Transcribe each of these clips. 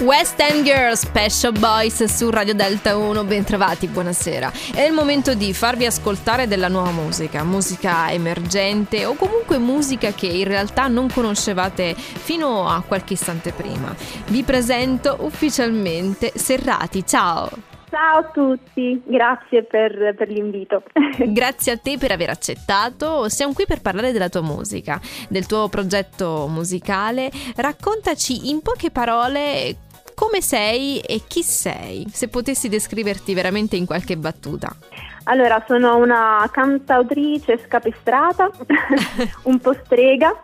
West End Girls, Special Boys su Radio Delta 1, bentrovati, buonasera. È il momento di farvi ascoltare della nuova musica emergente o comunque musica che in realtà non conoscevate fino a qualche istante prima. Vi presento ufficialmente Serrati, ciao! Ciao a tutti, grazie per l'invito. Grazie a te per aver accettato. Siamo qui per parlare della tua musica, del tuo progetto musicale. Raccontaci in poche parole come sei e chi sei, se potessi descriverti veramente in qualche battuta. Allora, sono una cantautrice scapestrata, un po' strega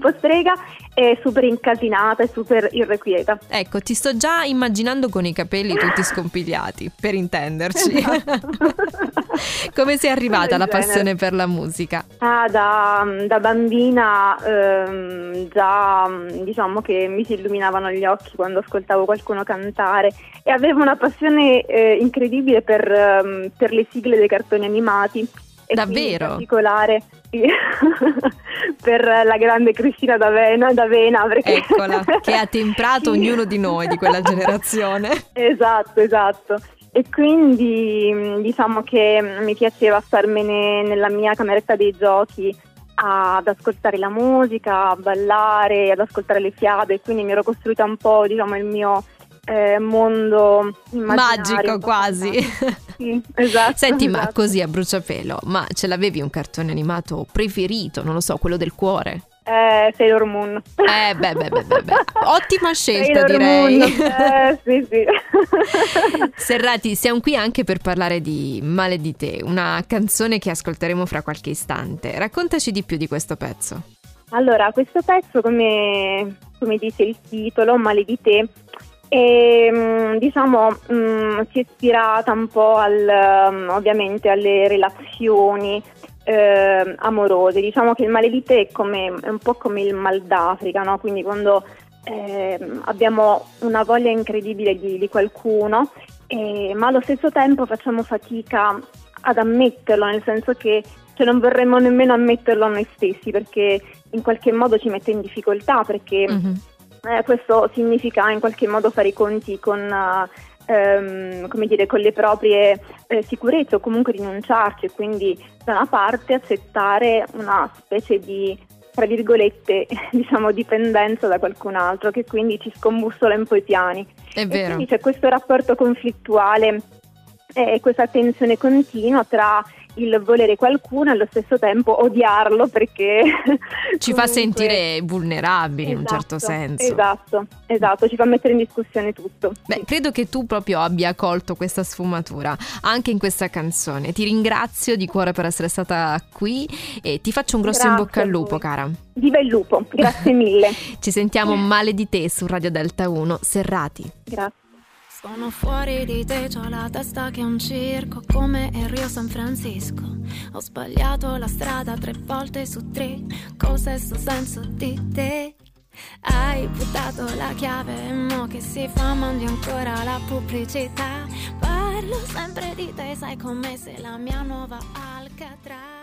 e super incasinata e super irrequieta. Ecco, ti sto già immaginando con i capelli tutti scompigliati, per intenderci. Esatto. Come sei arrivata alla passione per la musica? Da bambina già diciamo che mi si illuminavano gli occhi quando ascoltavo qualcuno cantare e avevo una passione incredibile per le sigle dei cartoni animati. E davvero? In particolare per la grande Cristina D'Avena perché... Eccola, che ha temprato ognuno di noi di quella generazione. Esatto. E quindi diciamo che mi piaceva starmene nella mia cameretta dei giochi ad ascoltare la musica, a ballare, ad ascoltare le fiabe, e quindi mi ero costruita un po', diciamo, il mio mondo immaginario. Magico quasi. Sì, esatto. Senti, esatto. Ma così a bruciapelo, ma ce l'avevi un cartone animato preferito? Non lo so, quello del cuore? Sailor Moon. Beh. Ottima scelta, Sailor direi. Moon. Sì. Serrati, siamo qui anche per parlare di Male di te, una canzone che ascolteremo fra qualche istante. Raccontaci di più di questo pezzo. Allora, questo pezzo, come dice il titolo, Male di te, e diciamo si è ispirata un po' ovviamente alle relazioni amorose. Diciamo che il male di te è un po' come il mal d'Africa, no? Quindi quando abbiamo una voglia incredibile di qualcuno, ma allo stesso tempo facciamo fatica ad ammetterlo, nel senso che non vorremmo nemmeno ammetterlo a noi stessi, perché in qualche modo ci mette in difficoltà, perché questo significa in qualche modo fare i conti con con le proprie sicurezze, o comunque rinunciarci, e quindi da una parte accettare una specie di, tra virgolette, diciamo, dipendenza da qualcun altro, che quindi ci scombussola un po' i piani. È vero. E quindi c'è questo rapporto conflittuale e questa tensione continua tra il volere qualcuno e allo stesso tempo odiarlo, perché ci fa sentire vulnerabili, in un certo senso. Esatto, ci fa mettere in discussione tutto. Beh, credo che tu proprio abbia colto questa sfumatura anche in questa canzone. Ti ringrazio di cuore per essere stata qui e ti faccio un grosso in bocca al lupo, cara. Viva il lupo, grazie mille. Ci sentiamo Male di te su Radio Delta 1, Serrati. Grazie. Sono fuori di te, c'ho la testa che è un circo, come il Rio San Francisco. Ho sbagliato la strada 3 volte su 3, cos'è sto senso di te? Hai buttato la chiave e mo che si fa mandi ancora la pubblicità. Parlo sempre di te, sai come sei la mia nuova Alcatraz.